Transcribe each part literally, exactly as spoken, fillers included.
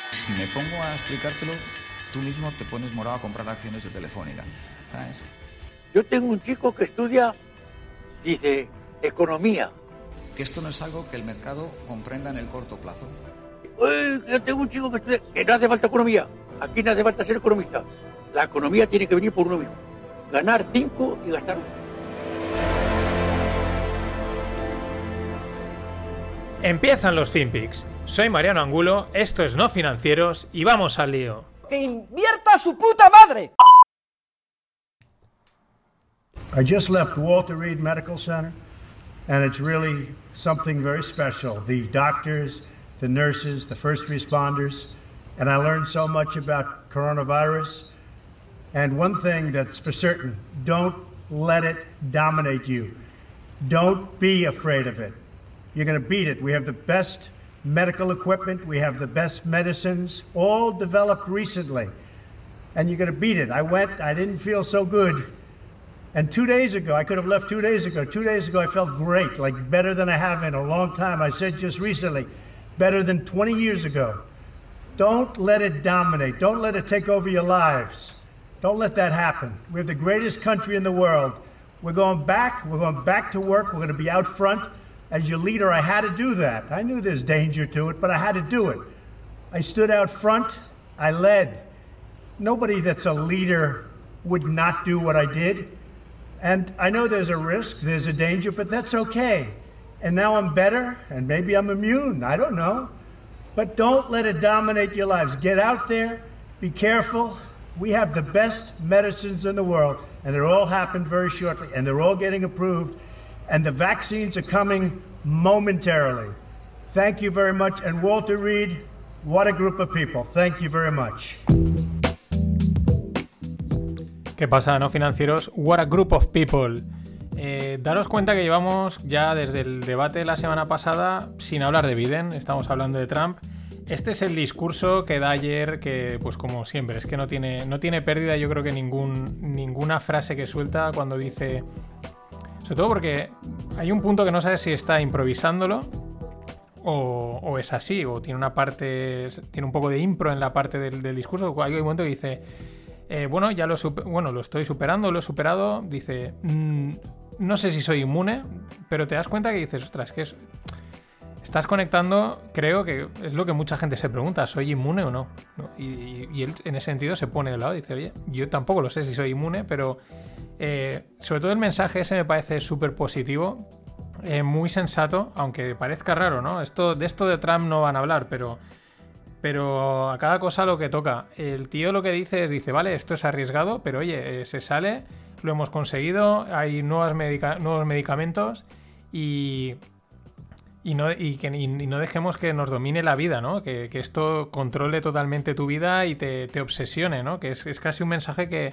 Si me pongo a explicártelo, tú mismo te pones morado a comprar acciones de Telefónica, ¿sabes? Yo tengo un chico que estudia, dice, economía. Que esto no es algo que el mercado comprenda en el corto plazo. Uy, yo tengo un chico que estudia, que no hace falta economía. Aquí no hace falta ser economista. La economía tiene que venir por uno mismo. Ganar cinco y gastar uno. Empiezan los FinPix. Soy Mariano Angulo, esto es No Financieros y vamos al lío. ¡Que invierta su puta madre! I just left Walter Reed Medical Center, and it's really something very special. The doctors, the nurses, the first responders, and I learned so much about coronavirus. And one thing that's for certain, don't let it dominate you. Don't be afraid of it. You're going to beat it. We have the best medical equipment. We have the best medicines, all developed recently. And you're going to beat it. I went, I didn't feel so good. And two days ago, I could have left two days ago. Two days ago, I felt great, like better than I have in a long time. I said just recently, better than twenty years ago. Don't let it dominate. Don't let it take over your lives. Don't let that happen. We have the greatest country in the world. We're going back. We're going back to work. We're going to be out front. As your leader, I had to do that. I knew there's danger to it, but I had to do it. I stood out front. I led. Nobody that's a leader would not do what I did. And I know there's a risk, there's a danger, but that's okay. And now I'm better, and maybe I'm immune, I don't know. But don't let it dominate your lives. Get out there, be careful. We have the best medicines in the world, and it all happened very shortly, and they're all getting approved, and the vaccines are coming momentarily. Thank you very much, and Walter Reed, what a group of people. Thank you very much. ¿Qué pasa, no financieros? What a group of people. Eh, daros cuenta que llevamos ya desde el debate de la semana pasada sin hablar de Biden, estamos hablando de Trump. Este es el discurso que da ayer, que pues como siempre, es que no tiene, no tiene pérdida, yo creo que ningún, ninguna frase que suelta cuando dice... Sobre todo porque hay un punto que no sabes si está improvisándolo o, o es así, o tiene una parte, tiene un poco de impro en la parte del, del discurso. Hay un momento que dice... Eh, bueno, ya lo, super, bueno, lo estoy superando, lo he superado. Dice, mmm, no sé si soy inmune, pero te das cuenta que dices, ostras, que es, estás conectando, creo que es lo que mucha gente se pregunta, ¿soy inmune o no? ¿No? Y, y, y él en ese sentido se pone de lado y dice, oye, yo tampoco lo sé si soy inmune, pero eh, sobre todo el mensaje ese me parece súper positivo, eh, muy sensato, aunque parezca raro, ¿no? Esto, de esto de Trump no van a hablar, pero... Pero a cada cosa lo que toca. El tío lo que dice es, dice, vale, esto es arriesgado, pero oye, eh, se sale, lo hemos conseguido, hay nuevas medica- nuevos medicamentos y, y, no, y, que, y no dejemos que nos domine la vida, ¿no? Que, que esto controle totalmente tu vida y te, te obsesione, ¿no? Que es, es casi un mensaje que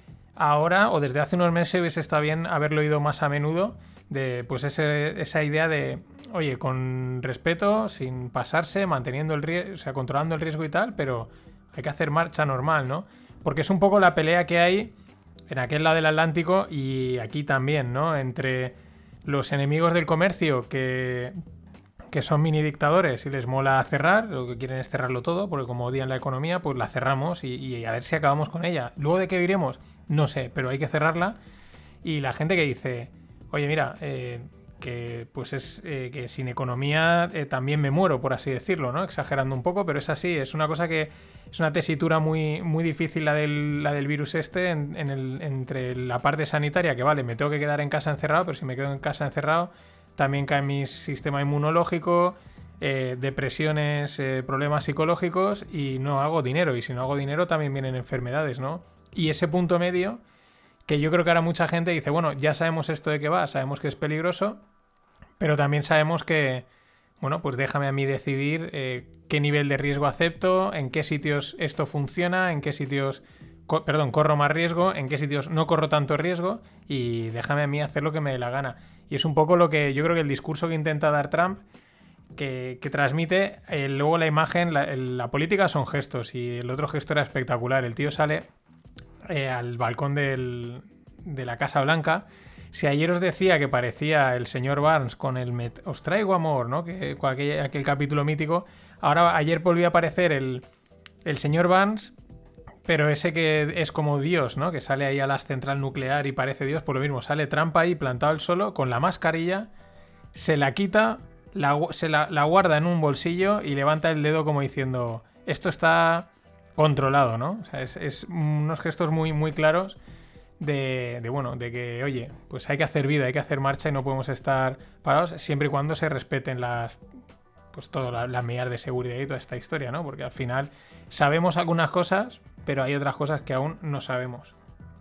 ahora o desde hace unos meses hubiese estado bien haberlo oído más a menudo, de pues ese, esa idea de, oye, con respeto, sin pasarse, manteniendo el riesgo, o sea, controlando el riesgo y tal, pero hay que hacer marcha normal, ¿no? Porque es un poco la pelea que hay en aquel lado del Atlántico y aquí también, ¿no? Entre los enemigos del comercio que, que son mini dictadores y les mola cerrar, lo que quieren es cerrarlo todo, porque como odian la economía, pues la cerramos y, y a ver si acabamos con ella. ¿Luego de qué iremos? No sé, pero hay que cerrarla. Y la gente que dice... Oye, mira, eh, que pues es eh, que sin economía eh, también me muero, por así decirlo, ¿no? Exagerando un poco, pero es así, es una cosa que es una tesitura muy, muy difícil la del, la del virus este en, en el, entre la parte sanitaria, que vale, me tengo que quedar en casa encerrado, pero si me quedo en casa encerrado también cae mi sistema inmunológico, eh, depresiones, eh, problemas psicológicos y no hago dinero, y si no hago dinero también vienen enfermedades, ¿no? Y ese punto medio... que yo creo que ahora mucha gente dice, bueno, ya sabemos esto de qué va, sabemos que es peligroso, pero también sabemos que, bueno, pues déjame a mí decidir eh, qué nivel de riesgo acepto, en qué sitios esto funciona, en qué sitios, co- perdón, corro más riesgo, en qué sitios no corro tanto riesgo y déjame a mí hacer lo que me dé la gana. Y es un poco lo que yo creo que el discurso que intenta dar Trump, que, que transmite, eh, luego la imagen, la, la política son gestos y el otro gesto era espectacular. El tío sale... Eh, al balcón del, de la Casa Blanca. Si ayer os decía que parecía el señor Barnes con el met- os traigo amor, ¿no? Que aquel, aquel capítulo mítico. Ahora ayer volvió a aparecer el, el señor Burns, pero ese que es como Dios, ¿no? Que sale ahí a la central nuclear y parece Dios, por lo mismo, sale Trump ahí plantado él solo, con la mascarilla, se la quita, la, se la, la guarda en un bolsillo y levanta el dedo como diciendo, esto está controlado, ¿no? O sea, es, es unos gestos muy, muy claros de, de, bueno, de que, oye, pues hay que hacer vida, hay que hacer marcha y no podemos estar parados siempre y cuando se respeten las, pues todas las, las medidas de seguridad y toda esta historia, ¿no? Porque al final sabemos algunas cosas, pero hay otras cosas que aún no sabemos.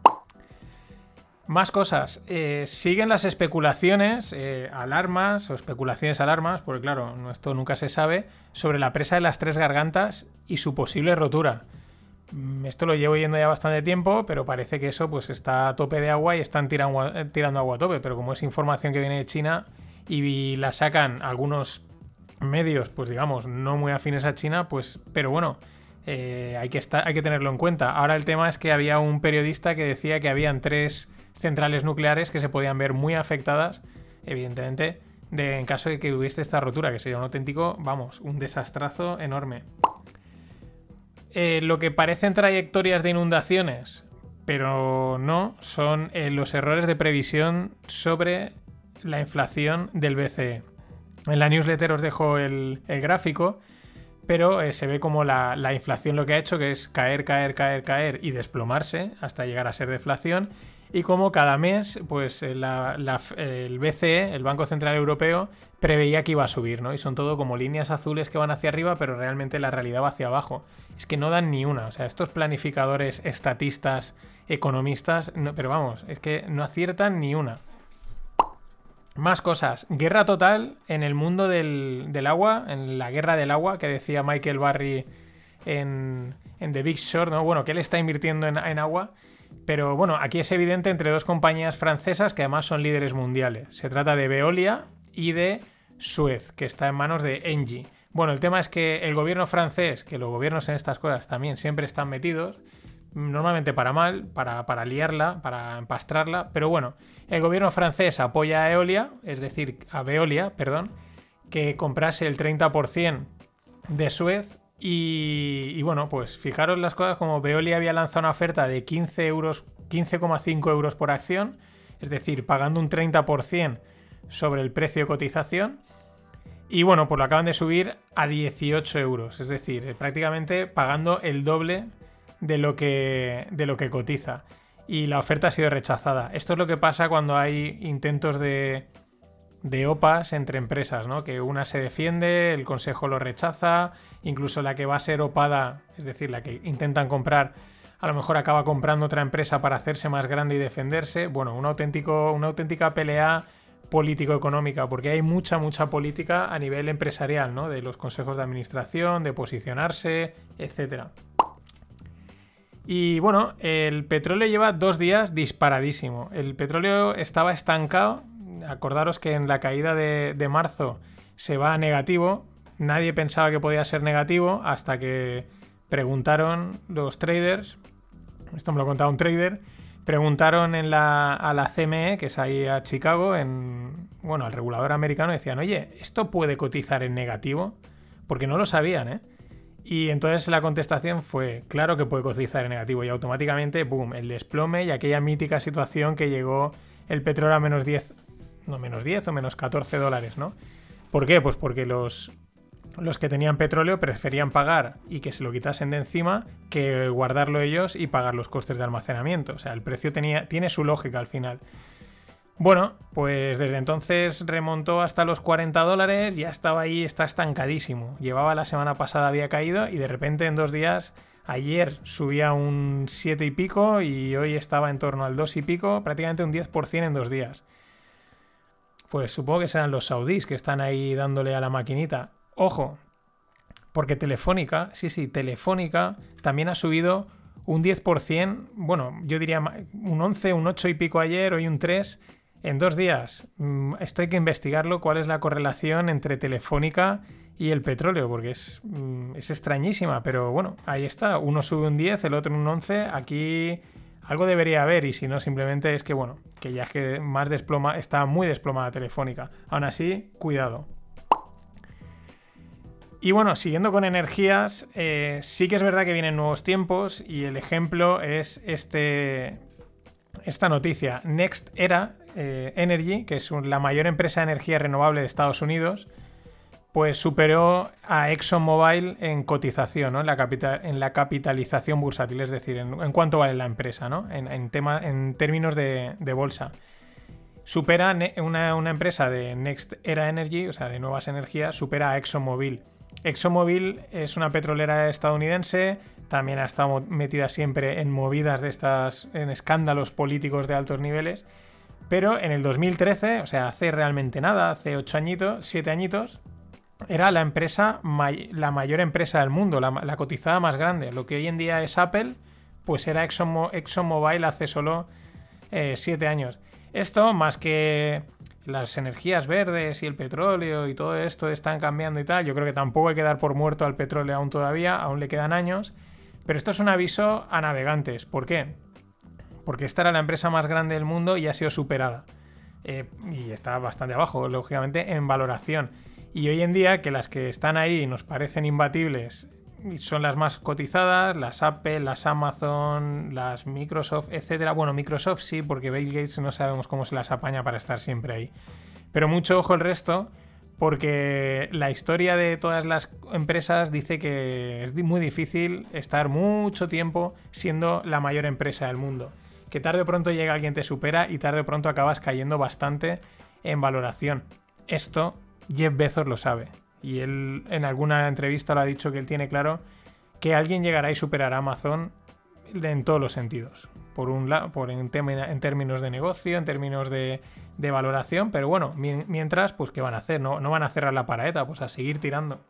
Más cosas. Eh, siguen las especulaciones, eh, alarmas o especulaciones alarmas, porque claro, esto nunca se sabe, sobre la presa de las Tres Gargantas y su posible rotura. Esto lo llevo yendo ya bastante tiempo, pero parece que eso pues está a tope de agua y están tirando, tirando agua a tope, pero como es información que viene de China y la sacan algunos medios, pues digamos, no muy afines a China, pues, pero bueno, eh, hay, que estar, hay que tenerlo en cuenta. Ahora el tema es que había un periodista que decía que habían tres centrales nucleares que se podían ver muy afectadas, evidentemente, de, en caso de que hubiese esta rotura, que sería un auténtico, vamos, un desastrazo enorme. Eh, lo que parecen trayectorias de inundaciones, pero no, son eh, los errores de previsión sobre la inflación del B C E. En la newsletter os dejo el, el gráfico, pero eh, se ve como la, la inflación lo que ha hecho, que es caer, caer, caer, caer y desplomarse hasta llegar a ser deflación, y como cada mes pues la, la, el B C E, el Banco Central Europeo, preveía que iba a subir, ¿no? Y son todo como líneas azules que van hacia arriba, pero realmente la realidad va hacia abajo. Es que no dan ni una, o sea, estos planificadores, estatistas, economistas, no, pero vamos, es que no aciertan ni una. Más cosas. Guerra total en el mundo del, del agua, en la guerra del agua que decía Michael Burry en, en The Big Short, ¿no? Bueno, que él está invirtiendo en, en agua, pero bueno, aquí es evidente entre dos compañías francesas que además son líderes mundiales. Se trata de Veolia y de Suez, que está en manos de Engie. Bueno, el tema es que el gobierno francés, que los gobiernos en estas cosas también siempre están metidos, normalmente para mal, para, para liarla, para empastrarla, pero bueno, el gobierno francés apoya a Eolia, es decir, a Veolia, perdón, que comprase el treinta por ciento de Suez y, y bueno, pues fijaros las cosas, como Veolia había lanzado una oferta de quince euros, quince coma cinco euros por acción, es decir, pagando un treinta por ciento sobre el precio de cotización, y bueno, pues lo acaban de subir a dieciocho euros, es decir, prácticamente pagando el doble de lo que, de lo que cotiza, y la oferta ha sido rechazada. Esto es lo que pasa cuando hay intentos de, de O P As entre empresas, ¿no? Que una se defiende, el consejo lo rechaza, incluso la que va a ser opada, es decir, la que intentan comprar, a lo mejor acaba comprando otra empresa para hacerse más grande y defenderse. Bueno, un auténtico, una auténtica pelea político-económica, porque hay mucha, mucha política a nivel empresarial, ¿no? De los consejos de administración, de posicionarse, etcétera. Y bueno, el petróleo lleva dos días disparadísimo. El petróleo estaba estancado. Acordaros que en la caída de, de marzo se va a negativo. Nadie pensaba que podía ser negativo hasta que preguntaron los traders. Esto me lo contaba un trader. Preguntaron en la, a la C M E, que es ahí a Chicago, en, bueno, al regulador americano, decían, oye, ¿esto puede cotizar en negativo? Porque no lo sabían, ¿eh? Y entonces la contestación fue, claro que puede cotizar en negativo, y automáticamente, boom, el desplome y aquella mítica situación que llegó el petróleo a menos diez, no, menos diez o menos catorce dólares, ¿no? ¿Por qué? Pues porque los... Los que tenían petróleo preferían pagar y que se lo quitasen de encima que guardarlo ellos y pagar los costes de almacenamiento. O sea, el precio tenía, tiene su lógica al final. Bueno, pues desde entonces remontó hasta los cuarenta dólares, ya estaba ahí, está estancadísimo. Llevaba la semana pasada, había caído y de repente en dos días, ayer subía un siete y pico y hoy estaba en torno al dos y pico, prácticamente un diez por ciento en dos días. Pues supongo que serán los saudíes que están ahí dándole a la maquinita. Ojo, porque Telefónica, sí, sí, Telefónica también ha subido un diez por ciento, bueno, yo diría un once, un ocho y pico ayer, hoy un tres, en dos días. Esto hay que investigarlo, cuál es la correlación entre Telefónica y el petróleo, porque es, es extrañísima, pero bueno, ahí está, uno sube un diez, el otro un once, aquí algo debería haber, y si no, simplemente es que, bueno, que ya es que más desploma, está muy desplomada Telefónica. Aún así, cuidado. Y bueno, siguiendo con energías, eh, sí que es verdad que vienen nuevos tiempos y el ejemplo es este, esta noticia. NextEra eh, Energy, que es un, la mayor empresa de energía renovable de Estados Unidos, pues superó a ExxonMobil en cotización, ¿no? en, la capital, en la capitalización bursátil, es decir, en, en cuánto vale la empresa, ¿no? en, en, tema, en términos de, de bolsa. Supera una, una empresa de NextEra Energy, o sea, de nuevas energías, supera a ExxonMobil. ExxonMobil es una petrolera estadounidense, también ha estado metida siempre en movidas de estas, en escándalos políticos de altos niveles, pero en el dos mil trece, o sea, hace realmente nada, hace ocho añitos, siete añitos, era la empresa, la mayor empresa del mundo, la, la cotizada más grande. Lo que hoy en día es Apple, pues era Exxon, ExxonMobil hace solo eh, siete años. Esto, más que las energías verdes y el petróleo y todo esto están cambiando y tal, yo creo que tampoco hay que dar por muerto al petróleo aún todavía, aún le quedan años, pero esto es un aviso a navegantes. ¿Por qué? Porque esta era la empresa más grande del mundo y ha sido superada. Eh, y está bastante abajo, lógicamente, en valoración. Y hoy en día, que las que están ahí nos parecen imbatibles son las más cotizadas, las Apple, las Amazon, las Microsoft, etcétera. Bueno, Microsoft sí, porque Bill Gates no sabemos cómo se las apaña para estar siempre ahí. Pero mucho ojo el resto, porque la historia de todas las empresas dice que es muy difícil estar mucho tiempo siendo la mayor empresa del mundo. Que tarde o pronto llega alguien, te supera y tarde o pronto acabas cayendo bastante en valoración. Esto Jeff Bezos lo sabe. Y él en alguna entrevista lo ha dicho, que él tiene claro que alguien llegará y superará a Amazon en todos los sentidos. Por un lado, por en, en términos de negocio, en términos de, de valoración, pero bueno, mi, mientras, pues ¿qué van a hacer? No, no van a cerrar la paraeta, pues a seguir tirando.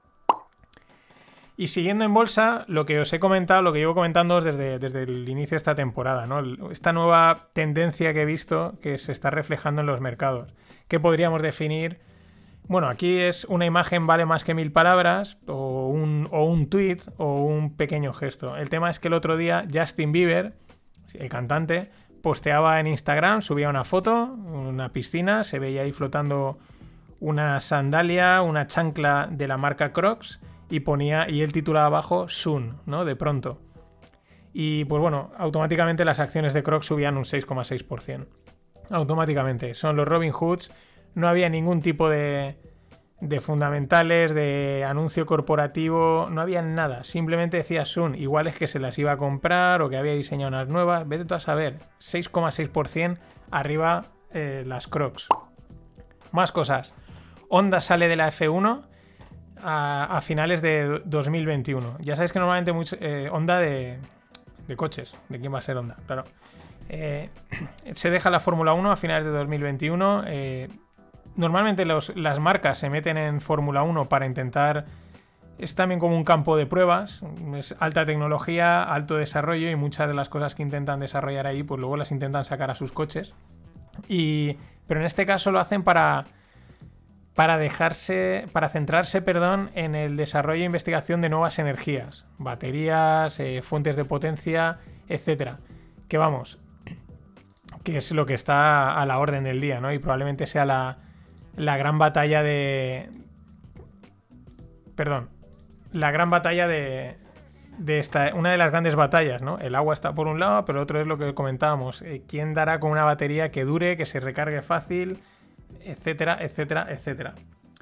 Y siguiendo en bolsa, lo que os he comentado, lo que llevo comentando desde, desde el inicio de esta temporada, ¿no? Esta nueva tendencia que he visto que se está reflejando en los mercados, que podríamos definir. Bueno, aquí es una imagen vale más que mil palabras, o un, o un tweet, o un pequeño gesto. El tema es que el otro día Justin Bieber, el cantante, posteaba en Instagram, subía una foto, una piscina, se veía ahí flotando una sandalia, una chancla de la marca Crocs, y ponía, y él titulaba abajo Soon, ¿no? De pronto. Y pues bueno, automáticamente las acciones de Crocs subían un seis coma seis por ciento. Automáticamente. Son los Robin Hoods. No había ningún tipo de, de fundamentales, de anuncio corporativo, no había nada. Simplemente decía Sun, igual es que se las iba a comprar o que había diseñado unas nuevas. Vete tú a saber, seis coma seis por ciento arriba eh, las Crocs. Más cosas. Honda sale de la F uno a, a finales de dos mil veintiuno. Ya sabéis que normalmente mucho, eh, Honda de, de coches. ¿De quién va a ser Honda? Claro. Eh, se deja la Fórmula uno a finales de dos mil veintiuno. Eh, Normalmente los, las marcas se meten en Fórmula uno para intentar... Es también como un campo de pruebas, es alta tecnología, alto desarrollo, y muchas de las cosas que intentan desarrollar ahí, pues luego las intentan sacar a sus coches. Y, pero en este caso lo hacen para, para dejarse, para centrarse, perdón, en el desarrollo e investigación de nuevas energías, baterías, eh, fuentes de potencia, etcétera. Que vamos, que es lo que está a la orden del día, ¿no? Y probablemente sea la... La gran batalla de... Perdón. La gran batalla de... de esta... Una de las grandes batallas, ¿no? El agua está por un lado, pero otro es lo que comentábamos. Eh, ¿Quién dará con una batería que dure, que se recargue fácil? Etcétera, etcétera, etcétera.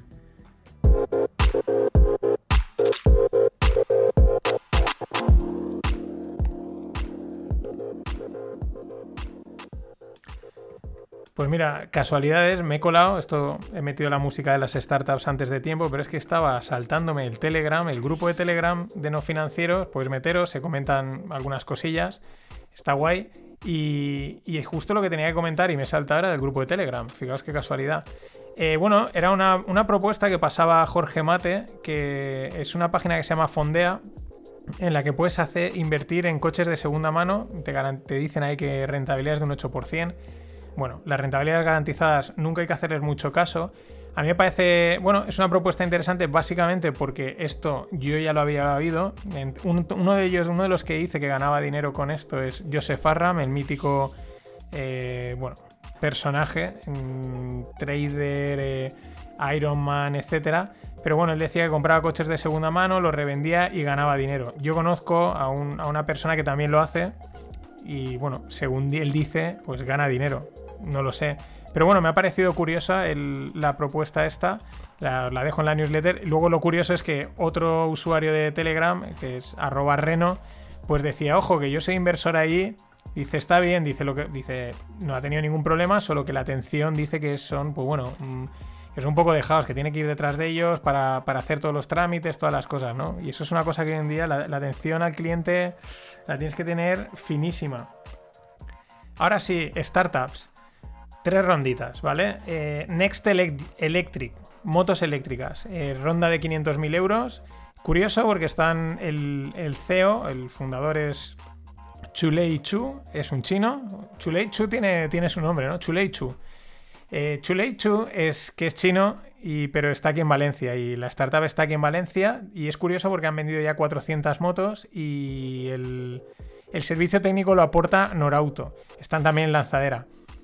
Pues mira, casualidades, me he colado, esto he metido la música de las startups antes de tiempo, pero es que estaba saltándome el Telegram, el grupo de Telegram de no financieros, pues meteros, se comentan algunas cosillas, está guay, y, y justo lo que tenía que comentar y me salta era del grupo de Telegram, fijaos qué casualidad. Eh, bueno, era una, una propuesta que pasaba Jorge Mate, que es una página que se llama Fondea, en la que puedes hacer invertir en coches de segunda mano, te, te dicen ahí que rentabilidades de un ocho por ciento. Bueno, las rentabilidades garantizadas nunca hay que hacerles mucho caso. A mí me parece, bueno, es una propuesta interesante básicamente porque esto yo ya lo había oído. Uno de ellos, uno de los que dice que ganaba dinero con esto es Joseph Arram, el mítico, eh, bueno, personaje, trader, eh, Iron Man, etcétera, Pero bueno, él decía que compraba coches de segunda mano, los revendía y ganaba dinero. Yo conozco a, un, a una persona que también lo hace y bueno, según él dice, pues gana dinero. No lo sé. Pero bueno, me ha parecido curiosa el, la propuesta esta. La, la dejo en la newsletter. Luego lo curioso es que otro usuario de Telegram, que es arroba reno, pues decía, ojo, que yo soy inversor ahí. Dice, está bien, dice, lo que, dice, no ha tenido ningún problema, solo que la atención dice que son, pues bueno... Mmm, que son un poco dejados, que tiene que ir detrás de ellos para, para hacer todos los trámites, todas las cosas, ¿no? Y eso es una cosa que hoy en día la, la atención al cliente la tienes que tener finísima. Ahora sí, startups. Tres ronditas, ¿vale? Eh, Next Electric, motos eléctricas. Eh, ronda de quinientos mil euros. Curioso porque están el, el C E O, el fundador es Chulei Chu, es un chino. Chulei Chu tiene, tiene su nombre, ¿no? Chulei Chu. Eh, Chulei Chu es que es chino, y, pero está aquí en Valencia y la startup está aquí en Valencia y es curioso porque han vendido ya cuatrocientas motos y el, el servicio técnico lo aporta Norauto. Están también en Lanzadera.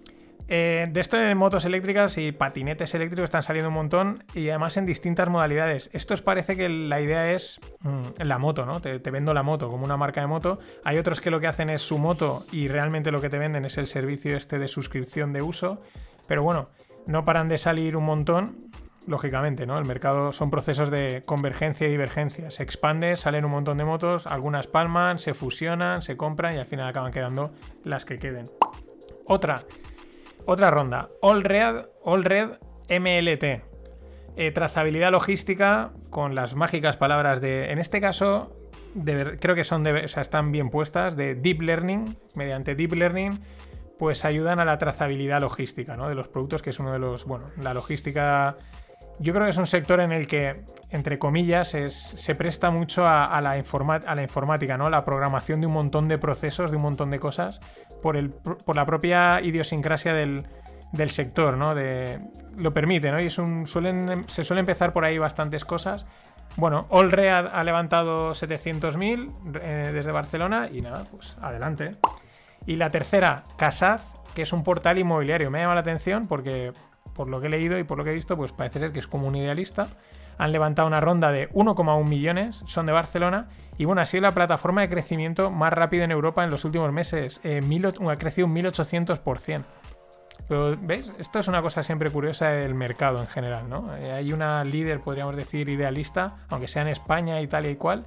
Eh, de esto de motos eléctricas y patinetes eléctricos están saliendo un montón y además en distintas modalidades. Esto os parece que la idea es mmm, la moto, ¿no? Te, te vendo la moto como una marca de moto. Hay otros que lo que hacen es su moto y realmente lo que te venden es el servicio este de suscripción de uso. Pero bueno, no paran de salir un montón, lógicamente, ¿no? El mercado son procesos de convergencia y divergencia. Se expande, salen un montón de motos, algunas palman, se fusionan, se compran y al final acaban quedando las que queden. Otra, otra ronda. Allred, Allred M L T. Eh, trazabilidad logística con las mágicas palabras de, en este caso, de ver, creo que son de, o sea, están bien puestas, de Deep Learning. Mediante Deep Learning pues ayudan a la trazabilidad logística, ¿no? De los productos, que es uno de los... Bueno, la logística yo creo que es un sector en el que, entre comillas, es, se presta mucho a, a, la informa, a la informática, ¿no? La programación de un montón de procesos, de un montón de cosas, por, el, por la propia idiosincrasia del, del sector, ¿no? De, lo permite, ¿no? Y es un, suelen, se suele empezar por ahí bastantes cosas. Bueno, Allred ha, ha levantado setecientos mil eh, desde Barcelona y nada, pues adelante. Y la tercera, Casaz, que es un portal inmobiliario. Me llama la atención porque, por lo que he leído y por lo que he visto, pues parece ser que es como un idealista. Han levantado una ronda de uno coma uno millones, son de Barcelona, y bueno, ha sido la plataforma de crecimiento más rápida en Europa en los últimos meses. Eh, mil, ha crecido un mil ochocientos por ciento. Pero, ¿ves? Esto es una cosa siempre curiosa del mercado en general, ¿no? Eh, hay una líder, podríamos decir, idealista, aunque sea en España y tal y cual.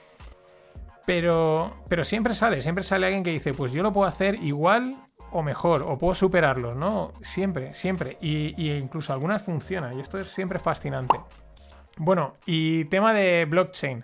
Pero, pero siempre sale, siempre sale alguien que dice, pues yo lo puedo hacer igual o mejor, o puedo superarlos, ¿no? Siempre, siempre. Y, y incluso algunas funcionan, y esto es siempre fascinante. Bueno, y tema de blockchain.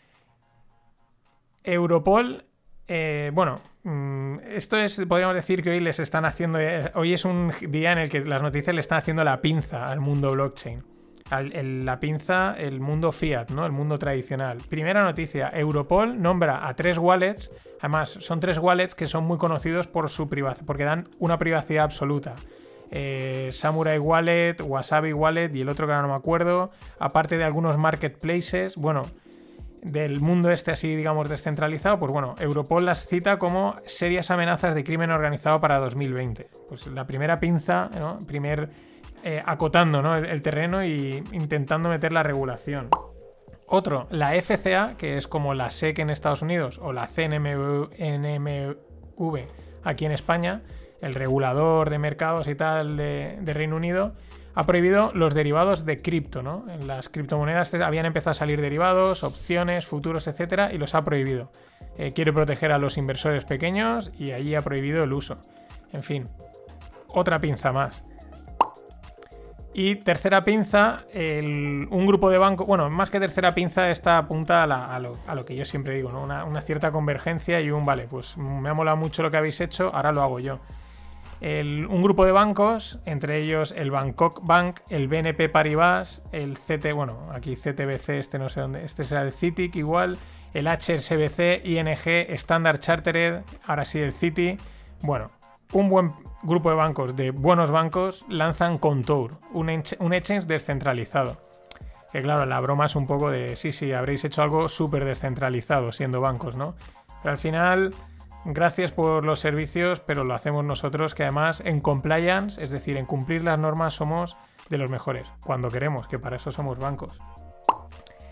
Europol, eh, bueno, mmm, esto es, podríamos decir que hoy les están haciendo, eh, hoy es un día en el que las noticias le están haciendo la pinza al mundo blockchain. Al, el, la pinza, el mundo fiat, ¿no? El mundo tradicional. Primera noticia, Europol nombra a tres wallets, además son tres wallets que son muy conocidos por su privacidad, porque dan una privacidad absoluta. Eh, Samurai Wallet, Wasabi Wallet y el otro que ahora no me acuerdo, aparte de algunos marketplaces, bueno, del mundo este así, digamos, descentralizado, pues bueno, Europol las cita como serias amenazas de crimen organizado para dos mil veinte. Pues la primera pinza, ¿no? Primer... Eh, acotando, ¿no? el, el terreno y intentando meter la regulación. Otro, la F C A, que es como la S E C en Estados Unidos o la C N M V aquí en España, el regulador de mercados y tal de, de Reino Unido, ha prohibido los derivados de cripto, ¿no? En las criptomonedas habían empezado a salir derivados, opciones, futuros, etcétera, y los ha prohibido. Eh, quiere proteger a los inversores pequeños y allí ha prohibido el uso. En fin, otra pinza más. Y tercera pinza, el, un grupo de bancos, bueno, más que tercera pinza, esta apunta a, la, a, lo, a lo que yo siempre digo, ¿no? Una, una cierta convergencia y un, vale, pues me ha molado mucho lo que habéis hecho, ahora lo hago yo. El, un grupo de bancos, entre ellos el Bangkok Bank, el B N P Paribas, el C T, bueno, aquí C T B C, este no sé dónde, este será el Citic igual, el H S B C, I N G, Standard Chartered, ahora sí el Citi, bueno, un buen grupo de bancos, de buenos bancos, lanzan Contour, un, un exchange descentralizado. Que claro, la broma es un poco de, sí, sí, habréis hecho algo súper descentralizado siendo bancos, ¿no? Pero al final, gracias por los servicios, pero lo hacemos nosotros, que además en compliance, es decir, en cumplir las normas, somos de los mejores, cuando queremos, que para eso somos bancos.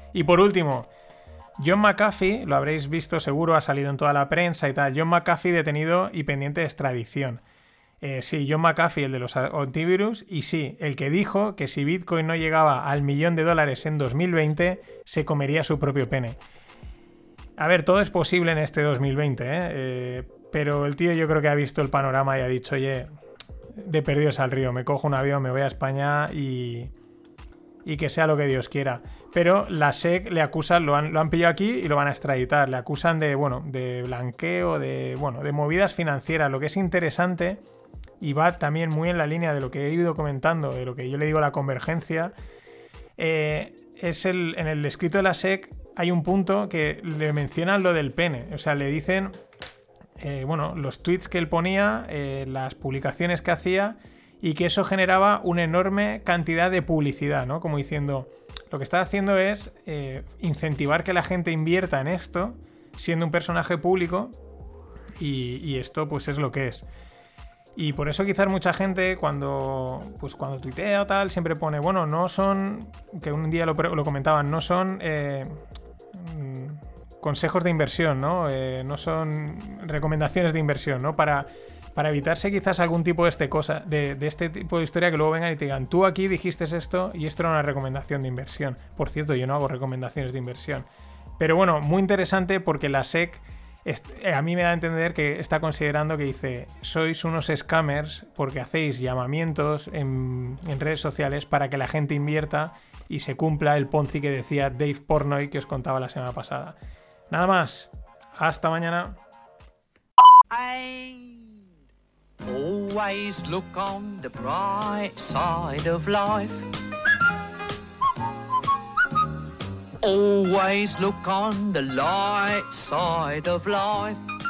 Y por último, John McAfee, lo habréis visto seguro, ha salido en toda la prensa y tal. John McAfee detenido y pendiente de extradición. Eh, sí, John McAfee, el de los antivirus, y sí, el que dijo que si Bitcoin no llegaba al millón de dólares en dos mil veinte, se comería su propio pene. A ver, todo es posible en este dos mil veinte, ¿eh? Eh, pero el tío yo creo que ha visto el panorama y ha dicho, oye, de perdidos al río, me cojo un avión, me voy a España y... y que sea lo que Dios quiera. Pero la S E C le acusan, lo han, lo han pillado aquí y lo van a extraditar. Le acusan de, bueno, de blanqueo, de, bueno, de movidas financieras. Lo que es interesante y va también muy en la línea de lo que he ido comentando, de lo que yo le digo la convergencia, eh, es el, en el escrito de la S E C hay un punto que le mencionan lo del pene. O sea, le dicen, eh, bueno, los tweets que él ponía, eh, las publicaciones que hacía, y que eso generaba una enorme cantidad de publicidad, ¿no? Como diciendo, lo que está haciendo es eh, incentivar que la gente invierta en esto, siendo un personaje público, y, y esto pues es lo que es. Y por eso quizás mucha gente cuando, pues cuando tuitea o tal, siempre pone, bueno, no son, que un día lo, lo comentaban, no son eh, consejos de inversión, ¿no? Eh, no son recomendaciones de inversión, ¿no? Para... para evitarse quizás algún tipo de, este cosa, de, de este tipo de historia que luego vengan y te digan, tú aquí dijiste esto y esto era una recomendación de inversión. Por cierto, yo no hago recomendaciones de inversión. Pero bueno, muy interesante porque la S E C a mí me da a entender que está considerando que dice, sois unos scammers porque hacéis llamamientos en, en redes sociales para que la gente invierta y se cumpla el Ponzi que decía Dave Portnoy que os contaba la semana pasada. Nada más. Hasta mañana. Always look on the bright side of life. Always look on the light side of life.